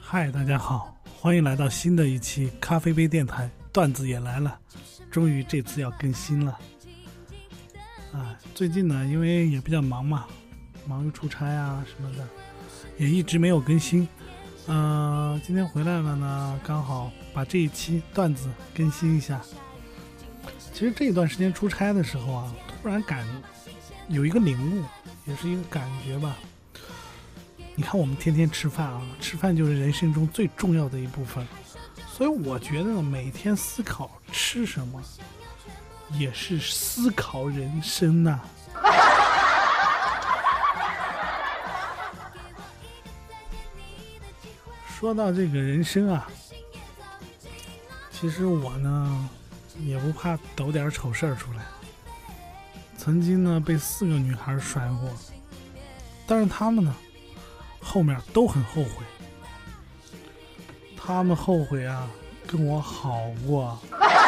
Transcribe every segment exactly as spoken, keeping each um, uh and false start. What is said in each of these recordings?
嗨，大家好，欢迎来到新的一期咖啡杯电台，段子也来了，终于这次要更新了。啊，最近呢，因为也比较忙嘛，忙于出差啊什么的，也一直没有更新。呃，今天回来了呢，刚好把这一期段子更新一下。其实这一段时间出差的时候啊，突然感有一个领悟，也是一个感觉吧。你看我们天天吃饭啊，吃饭就是人生中最重要的一部分，所以我觉得每天思考吃什么也是思考人生呐、啊。说到这个人生啊，其实我呢也不怕抖点丑事儿出来。曾经呢被四个女孩甩过，但是她们呢后面都很后悔，他们后悔啊，跟我好过。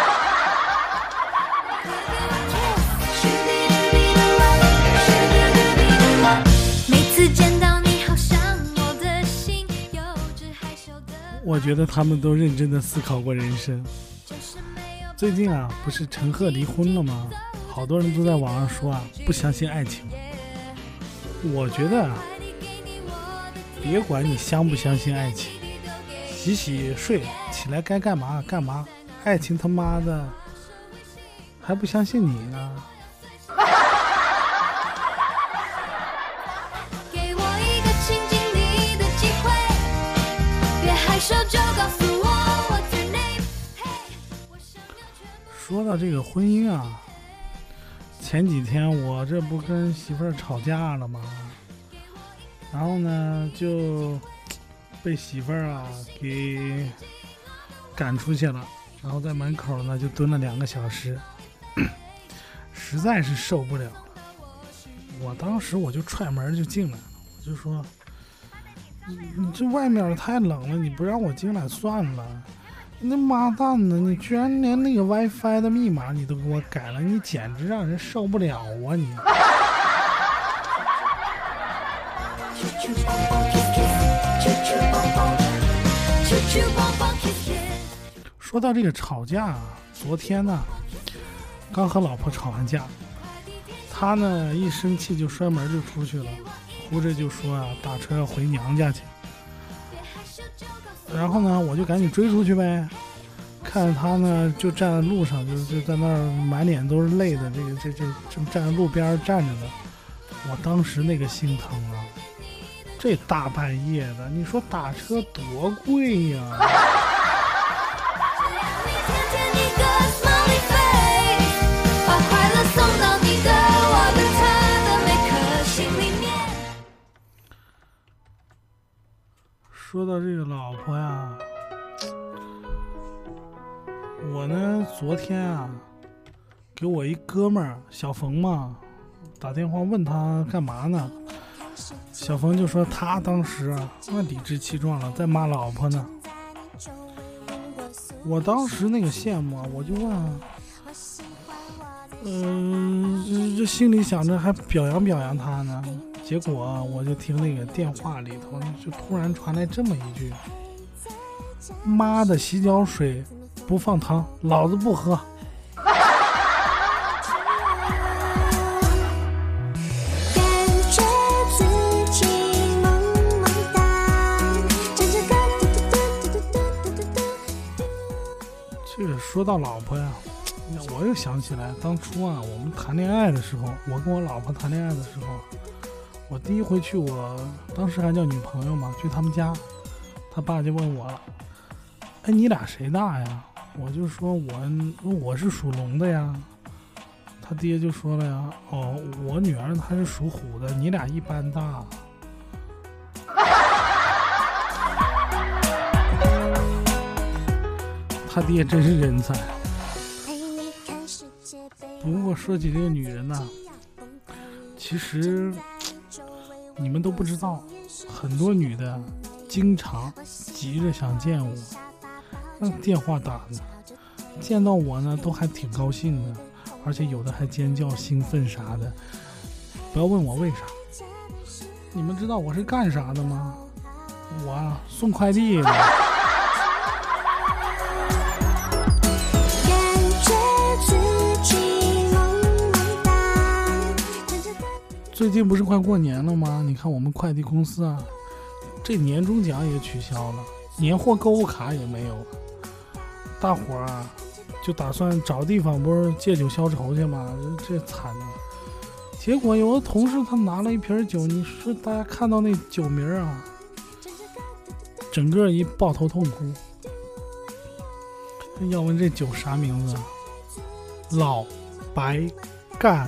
每次见到你，好像我的心幼稚害羞的。我觉得他们都认真的思考过人生。最近啊，不是陈赫离婚了吗？好多人都在网上说啊，不相信爱情。我觉得啊。别管你相不相信爱情，洗洗睡起来该干嘛干嘛，爱情他妈的还不相信你呢。给我一个亲近你的机会，别害羞就告诉我我在哪。说到这个婚姻啊，前几天我这不跟媳妇儿吵架了吗？然后呢，就被媳妇儿啊给赶出去了，然后在门口呢就蹲了两个小时，实在是受不了了。我当时我就踹门就进来了，我就说：“你这外面太冷了，你不让我进来算了。那妈蛋呢，你居然连那个 WiFi 的密码你都给我改了，你简直让人受不了啊你！”说到这个吵架啊，昨天呢刚和老婆吵完架，他呢一生气就摔门就出去了，哭着就说啊打车要回娘家去。然后呢我就赶紧追出去呗，看他呢就站在路上，就就在那儿满脸都是泪的，这个这这这站在路边站着的，我当时那个心疼啊。这大半夜的，你说打车多贵呀、啊！说到这个老婆呀，我呢昨天啊，给我一哥们儿小冯嘛打电话问他干嘛呢？小冯就说他当时啊那理直气壮了，在骂老婆呢。我当时那个羡慕啊，我就问啊，嗯、呃，这心里想着还表扬表扬他呢。结果、啊、我就听那个电话里头就突然传来这么一句：“妈的洗脚水不放糖，老子不喝。”这个说到老婆呀，我又想起来当初啊，我们谈恋爱的时候，我跟我老婆谈恋爱的时候，我第一回去，我当时还叫女朋友嘛，去他们家，他爸就问我了：“哎，你俩谁大呀？”我就说我我是属龙的呀。他爹就说了呀：“哦，我女儿她是属虎的，你俩一般大。”他爹真是人才。不过说起这个女人呢、啊，其实你们都不知道，很多女的经常急着想见我，那电话打的，见到我呢都还挺高兴的，而且有的还尖叫兴奋啥的。不要问我为啥，你们知道我是干啥的吗？ 我啊送快递的。最近不是快过年了吗？你看我们快递公司啊，这年终奖也取消了，年货购物卡也没有了。大伙儿啊，就打算找地方不是借酒消愁去吗？这惨了。结果有个同事他拿了一瓶酒，你说大家看到那酒名啊，整个一抱头痛哭。要问这酒啥名字？老白干。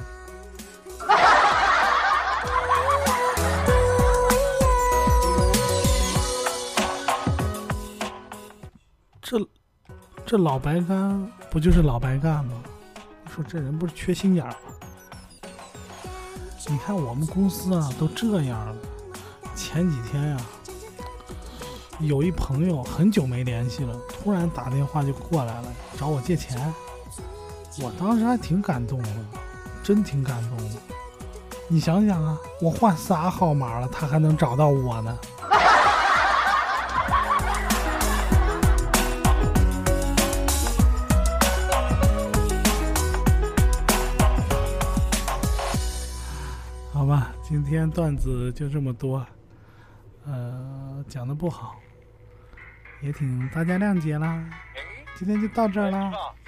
这这老白干不就是老白干吗？你说这人不是缺心眼儿吗？你看我们公司啊都这样了。前几天呀、啊，有一朋友很久没联系了，突然打电话就过来了，找我借钱。我当时还挺感动的，真挺感动的。你想想啊，我换仨号码了，他还能找到我呢。好吧，今天段子就这么多，呃，讲的不好，也请大家谅解啦。今天就到这儿啦。